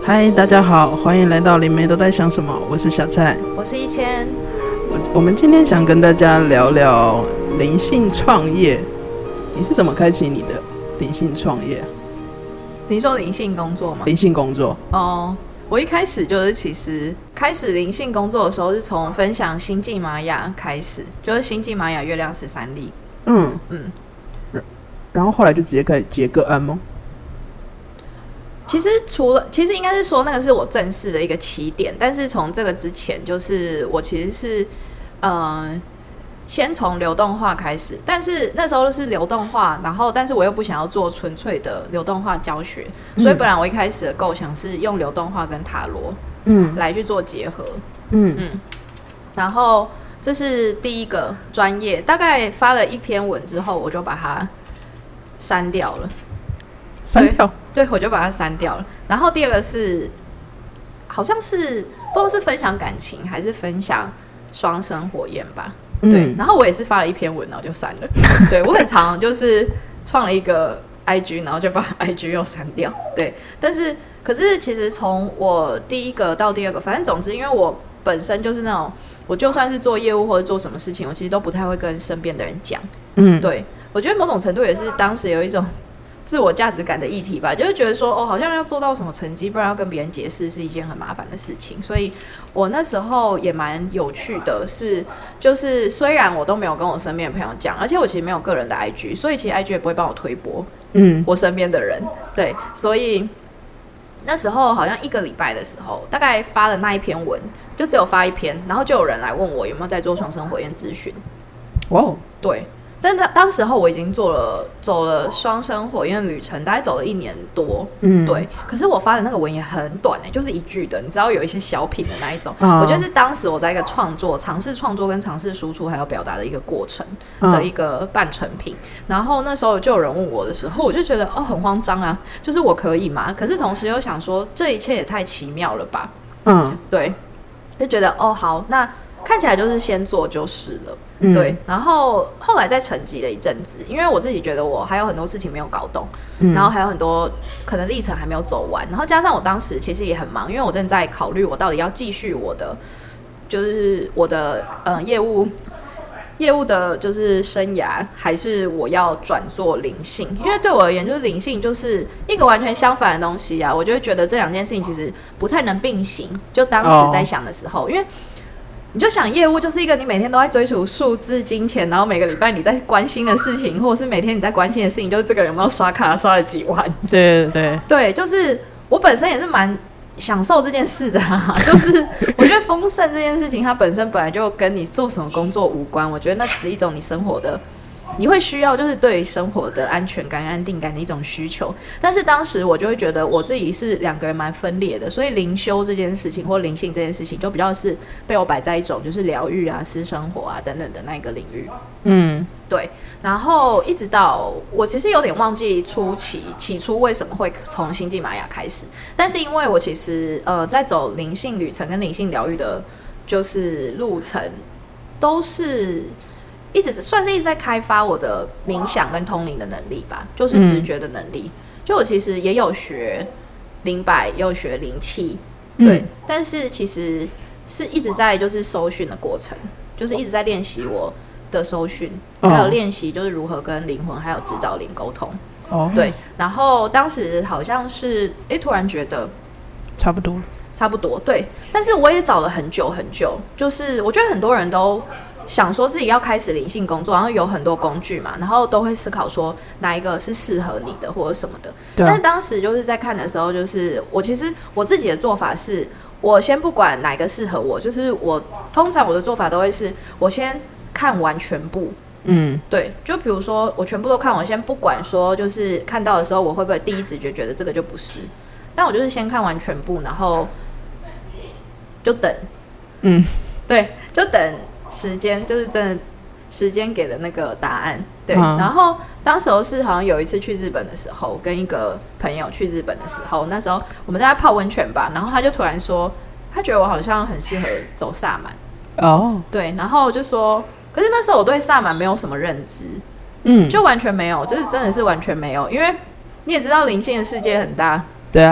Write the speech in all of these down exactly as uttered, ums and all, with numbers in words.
嗨，大家好，欢迎来到灵媒都在想什么，我是小蔡， 我是一千。 我我们今天想跟大家聊聊灵性创业。你是怎么开启你的灵性创业？ 你说灵性工作吗？ 灵性工作哦，我一开始就是其实开始灵性工作的时候是从分享星际玛雅开始，就是星际玛雅月亮十三历。 嗯嗯， 然后后来就直接开始接个案吗？ 其实除了，其实应该是说那个是我正式的一个起点，但是从这个之前，就是我其实是，呃，先从流动画开始，但是那时候是流动画，然后但是我又不想要做纯粹的流动画教学，所以本来我一开始的构想是用流动画跟塔罗，嗯，来去做结合，嗯嗯，然后这是第一个专业，大概发了一篇文之后，我就把它删掉了。 删掉？ 对，我就把它删掉了。然后第二个是，好像是不知道是分享感情还是分享双生火焰吧。嗯、对，然后我也是发了一篇文，然后就删了。对，我很常就是创了一个 I G， 然后就把 I G 又删掉。对，但是可是其实从我第一个到第二个，反正总之，因为我本身就是那种，我就算是做业务或者做什么事情，我其实都不太会跟身边的人讲。嗯，对，我觉得某种程度也是当时有一种自我价值感的议题吧，就是觉得说哦，好像要做到什么成绩，不然要跟别人解释是一件很麻烦的事情。所以我那时候也蛮有趣的是，就是虽然我都没有跟我身边的朋友讲，而且我其实没有个人的 I G， 所以其实 I G 也不会帮我推播，嗯，我身边的人，对，所以那时候好像一个礼拜的时候，大概发了那一篇文，就只有发一篇，然后就有人来问我有没有在做双生火焰咨询。哇、哦，对。但是当时候我已经做了走了双生火焰旅程，大概走了一年多，嗯，对。可是我发的那个文也很短、欸、就是一句的，你知道有一些小品的那一种。哦、我觉得是当时我在一个创作、尝试创作跟尝试输出还有表达的一个过程的一个半成品。嗯、然后那时候就有人问我的时候，我就觉得哦很慌张啊，就是我可以吗？可是同时又想说这一切也太奇妙了吧，嗯，对，就觉得哦好，那看起来就是先做就是了。嗯、对，然后后来再沉寂了一阵子，因为我自己觉得我还有很多事情没有搞懂，嗯、然后还有很多可能历程还没有走完，然后加上我当时其实也很忙，因为我正在考虑我到底要继续我的就是我的呃业务业务的就是生涯，还是我要转做灵性，因为对我而言就是灵性就是一个完全相反的东西啊，我就会觉得这两件事情其实不太能并行，就当时在想的时候，哦、因为你就想业务就是一个你每天都在追逐数字金钱，然后每个礼拜你在关心的事情，或者是每天你在关心的事情就是这个有没有刷卡刷了几万。 对对对对，就是我本身也是蛮享受这件事的啊，就是我觉得丰盛这件事情它本身本来就跟你做什么工作无关，我觉得那只是一种你生活的你会需要，就是对于生活的安全感安定感的一种需求。但是当时我就会觉得我自己是两个人蛮分裂的，所以灵修这件事情或灵性这件事情就比较是被我摆在一种就是疗愈啊私生活啊等等的那一个领域。嗯，对。然后一直到我其实有点忘记初期起初为什么会从星际玛雅开始，但是因为我其实呃在走灵性旅程跟灵性疗愈的就是路程都是一直算是一直在开发我的冥想跟通灵的能力吧，就是直觉的能力。嗯、就我其实也有学灵摆，也有学灵气，对，嗯、但是其实是一直在就是搜寻的过程，就是一直在练习我的搜寻，哦、还有练习就是如何跟灵魂还有指导灵沟通。哦，对。然后当时好像是哎，突然觉得差不多了， 差不多对。但是我也找了很久很久，就是我觉得很多人都想说自己要开始灵性工作，然后有很多工具嘛，然后都会思考说哪一个是适合你的或者什么的。但是当时就是在看的时候，就是我其实我自己的做法是，我先不管哪一个适合我，就是我通常我的做法都会是我先看完全部。嗯，对，就比如说我全部都看完，先不管说就是看到的时候我会不会第一直觉觉得这个就不是，但我就是先看完全部，然后就等，嗯，对，就等时间，就是真的时间给的那个答案，对。嗯、然后当时候是好像有一次去日本的时候，跟一个朋友去日本的时候，那时候我们在泡温泉吧，然后他就突然说，他觉得我好像很适合走萨满，哦，对，然后就说。可是那时候我对萨满没有什么认知，嗯，就完全没有，就是真的是完全没有，因为你也知道灵性的世界很大， 对啊，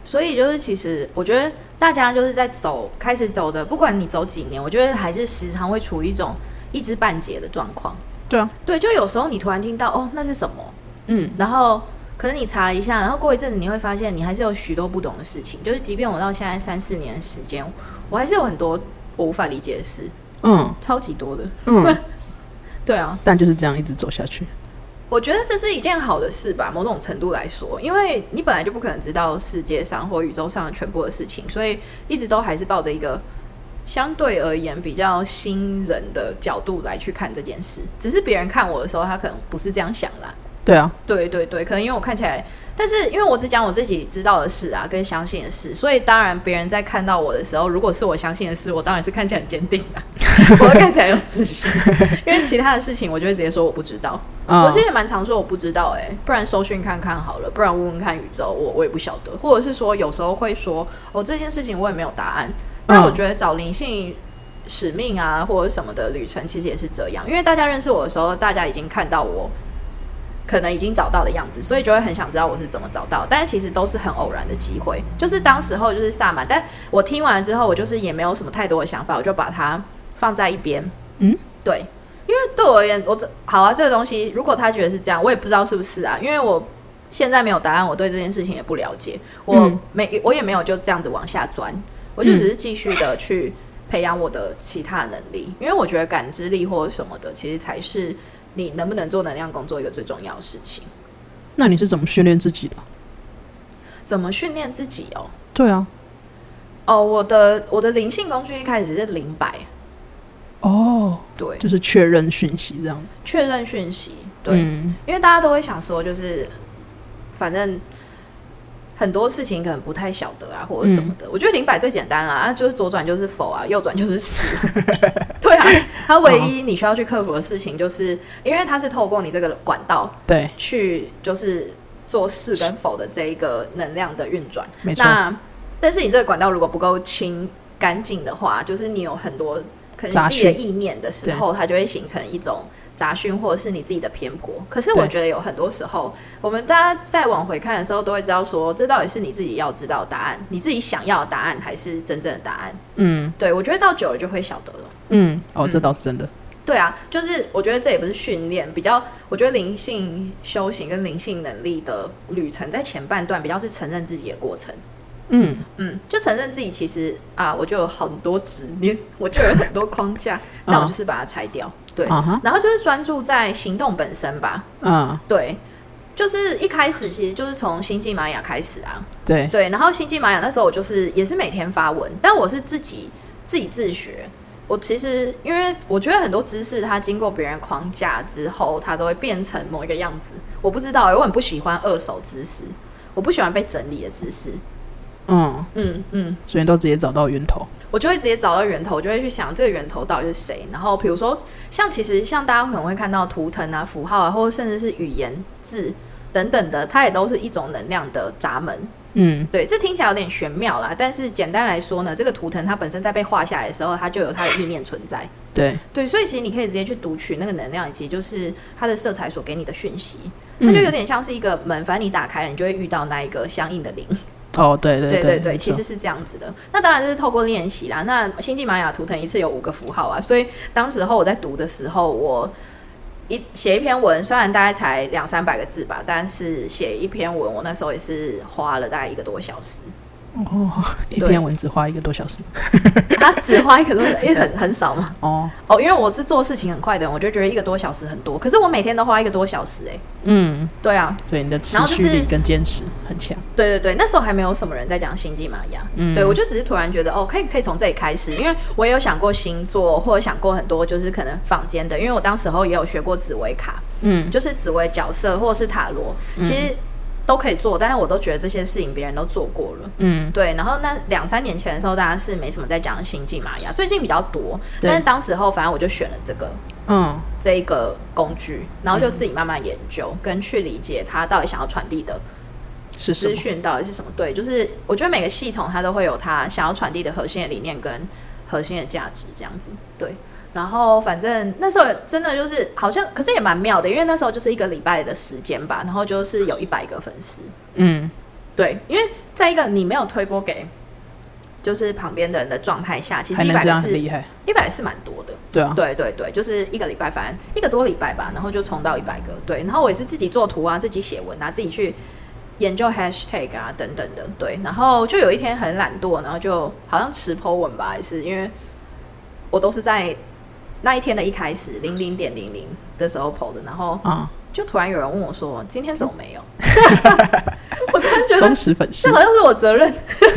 所以就是其实我觉得大家就是在走开始走的，不管你走几年，我觉得还是时常会处于一种一知半解的状况。 对啊， 对，就有时候你突然听到哦那是什么，嗯，然后可能你查了一下，然后过一阵子你会发现你还是有许多不懂的事情，就是即便我到现在三四年的时间，我还是有很多我无法理解的事，嗯，超级多的，嗯，对啊， 但就是这样一直走下去。 我觉得这是一件好的事吧，某种程度来说，因为你本来就不可能知道世界上或宇宙上的全部的事情，所以一直都还是抱着一个相对而言比较新人的角度来去看这件事。只是别人看我的时候，他可能不是这样想啦。 对啊， 对对对，可能因为我看起来，但是因为我只讲我自己知道的事啊，跟相信的事，所以当然别人在看到我的时候，如果是我相信的事，我当然是看起来很坚定啊，我会看起来有自信。因为其他的事情，我就会直接说我不知道。哦、我其实也蛮常说我不知道、欸，哎，不然搜讯看看好了，不然问问看宇宙，我我也不晓得，或者是说有时候会说，哦，这件事情我也没有答案。但我觉得找灵性使命啊，或者什么的旅程，其实也是这样，因为大家认识我的时候，大家已经看到我。可能已经找到的样子，所以就会很想知道我是怎么找到，但是其实都是很偶然的机会，就是当时候就是萨满，但我听完之后，我就是也没有什么太多的想法，我就把它放在一边。嗯，对，因为对我而言，我这好啊，这个东西如果他觉得是这样，我也不知道是不是啊，因为我现在没有答案，我对这件事情也不了解，我没我也没有就这样子往下钻，我就只是继续的去培养我的其他能力，因为我觉得感知力或者什么的，其实才是。你能不能做能量工作一个最重要的事情？ 那你是怎么训练自己的？ 怎么训练自己哦？ 对啊， 哦，我的我的灵性工具一开始是灵摆。 哦， 对， 就是确认讯息这样。 确认讯息，对、嗯，因为大家都会想说，就是反正很多事情可能不太晓得啊，或者什么的。嗯、我觉得灵摆最简单啊，就是左转就是否啊，右转就是是。对啊，它唯一你需要去克服的事情，就是因为它是透过你这个管道，对，去就是做是跟否的这一个能量的运转。没错。那但是你这个管道如果不够清干净的话，就是你有很多可能你自己的意念的时候，它就会形成一种杂讯，或者是你自己的偏颇。可是我觉得有很多时候，我们大家在往回看的时候，都会知道说，这到底是你自己要知道的答案，你自己想要的答案，还是真正的答案？嗯，对，我觉得到久了就会晓得了。嗯， 哦，这倒是真的。 对啊，就是我觉得这也不是训练，比较我觉得灵性修行跟灵性能力的旅程，在前半段比较是承认自己的过程。嗯嗯，就承认自己其实啊，我就有很多执念，我就有很多框架，但我就是把它拆掉。对， uh-huh. 然后就是专注在行动本身吧。嗯、uh-huh. ，对，就是一开始其实就是从星际玛雅开始啊。对对，然后星际玛雅那时候我就是也是每天发文，但我是自己自己自学。我其实因为我觉得很多知识它经过别人框架之后，它都会变成某一个样子。我不知道、欸，我很不喜欢二手知识，我不喜欢被整理的知识。 嗯嗯嗯，所以都直接找到源头， 我就会直接找到源头，我就会去想这个源头到底是谁。然后比如说像其实像大家可能会看到图腾啊、符号啊，或者甚至是语言字等等的，它也都是一种能量的闸门。嗯，对，这听起来有点玄妙啦，但是简单来说呢，这个图腾它本身在被画下来的时候，它就有它的意念存在。对对，所以其实你可以直接去读取那个能量，以及就是它的色彩所给你的讯息，它就有点像是一个门，反正你打开了，你就会遇到那一个相应的灵。 哦，对对对, 对对对，其实是这样子的。那当然就是透过练习啦。那星际玛雅图腾一次有五个符号啊，所以当时候我在读的时候，我一写一篇文，虽然大概才两三百个字吧，但是写一篇文，我那时候也是花了大概一个多小时。 哦，一篇文只花一个多小时， 他只花一个多小时，也很很少嘛。哦哦，因为我是做事情很快的人，我就觉得一个多小时很多。可是我每天都花一个多小时、欸，哎，嗯，对啊， 所以你的持续力跟坚持很强、就是。 对对对，那时候还没有什么人在讲星际玛雅，嗯，对我就只是突然觉得，哦，可以可以从这里开始，因为我也有想过星座，或者想过很多就是可能坊间的，因为我当时候也有学过紫微卡，嗯，就是紫微角色或者是塔罗，嗯、其实。都可以做，但是我都觉得这些事情别人都做过了，嗯，对。然后那两三年前的时候，大家是没什么在讲星际玛雅，最近比较多，但是当时候反正我就选了这个，嗯，这一个工具，然后就自己慢慢研究、嗯、跟去理解它到底想要传递的资讯到底是什么。对，就是我觉得每个系统它都会有它想要传递的核心的理念跟核心的价值，这样子，对。然后反正那时候真的就是好像，可是也蛮妙的，因为那时候就是一个礼拜的时间吧，然后就是有一百个粉丝，嗯， 对，因为在一个你没有推播给就是旁边的人的状态下，其实一百还能这样很厉害， 一百是蛮多的。 对啊， 对对对，就是一个礼拜，反正一个多礼拜吧，然后就冲到一百个。对，然后我也是自己做图啊，自己写文啊，自己去研究 hashtag 啊等等的。对，然后就有一天很懒惰，然后就好像迟 po 文吧，还是因为我都是在那一天的一开始零零点零零的时候 po 的，然后就突然有人问我说：“今天怎么没有？”我突然觉得忠实粉丝， 这好像是我责任。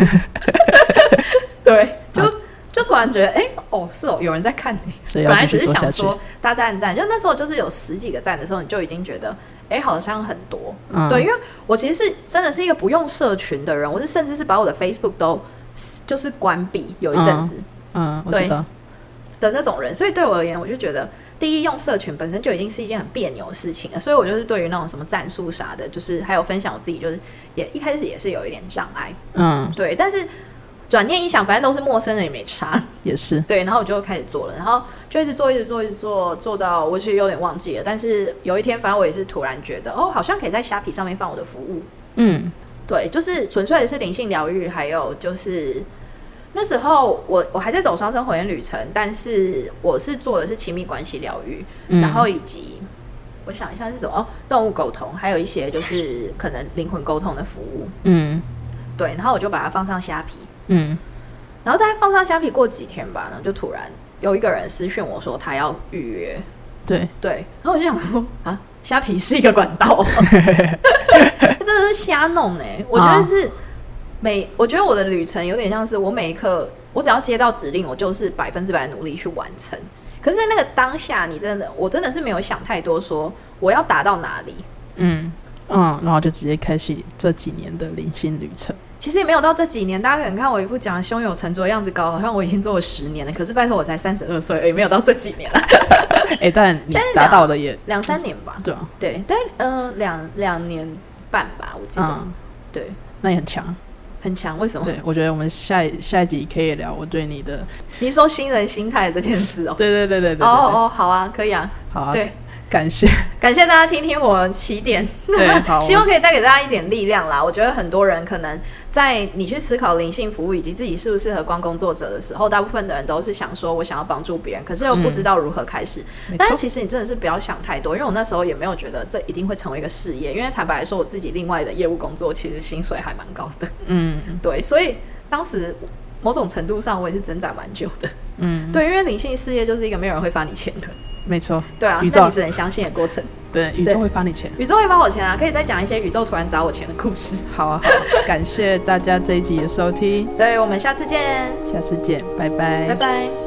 对，就就突然觉得，哎、欸，哦，是哦，有人在看你。 本来只是想说大家按赞，就那时候就是有十几个赞的时候，你就已经觉得，哎、欸，好像很多。嗯、对，因为我其实是真的是一个不用社群的人，我是甚至是把我的 Facebook 都就是关闭有一阵子。 嗯，嗯我知道的那种人，所以对我而言，我就觉得第一，用社群本身就已经是一件很别扭的事情了，所以我就是对于那种什么战术啥的，就是还有分享我自己，就是也一开始也是有一点障碍。嗯，对，但是转念一想，反正都是陌生人，也没差， 也是对，然后我就开始做了，然后就一直做，一直做，一直做，做到我其实有点忘记了，但是有一天，反正我也是突然觉得，哦，好像可以在虾皮上面放我的服务。嗯，对，就是纯粹的是灵性疗愈，还有就是那时候我我还在走双生火焰旅程，但是我是做的是亲密关系疗愈，嗯、然后以及我想一下是什么哦，动物沟通，还有一些就是可能灵魂沟通的服务。嗯，对，然后我就把它放上虾皮。嗯，然后大概放上虾皮过几天吧，然后就突然有一个人私讯我说他要预约。 对对，然后我就想说啊，虾皮是一个管道，真的是瞎弄哎、欸，我觉得是。每我觉得我的旅程有点像是我每一刻，我只要接到指令，我就是百分之百的努力去完成。可是在那个当下，你真的，我真的是没有想太多，说我要达到哪里。嗯嗯，然后就直接开启这几年的灵性旅程。 其实也没有到这几年，大家可能看我一副讲胸有成竹的样子高，好像我已经做了十年了。可是拜托，我才三十二岁，也没有到这几年了。 哎、欸，但你达到的也两三年吧。 对啊， 对，但呃两两年半吧，我记得。嗯、对， 那也很强。 很强，为什么？ 对，我觉得我们下一下一集可以聊我对你的， 你说新人心态这件事哦。 对对对对对。 哦哦，好啊，可以啊， 好啊， 对， 感谢感谢大家听听我起点， 对，好， 希望可以带给大家一点力量啦。我觉得很多人可能在你去思考灵性服务以及自己适不适合光工作者的时候，大部分的人都是想说我想要帮助别人，可是又不知道如何开始。嗯、但是其实你真的是不要想太多，因为我那时候也没有觉得这一定会成为一个事业，因为坦白来说，我自己另外的业务工作其实薪水还蛮高的。嗯，对，所以当时某种程度上我也是挣扎蛮久的。嗯，对，因为灵性事业就是一个没有人会发你钱的。 没错， 对啊，那你只能相信的过程。 对，宇宙会发你钱， 宇宙会发我钱啊！可以再讲一些宇宙突然找我钱的故事。 好啊，好啊，感谢大家这一集的收听。 对，我们下次见。 下次见，拜拜， 拜拜。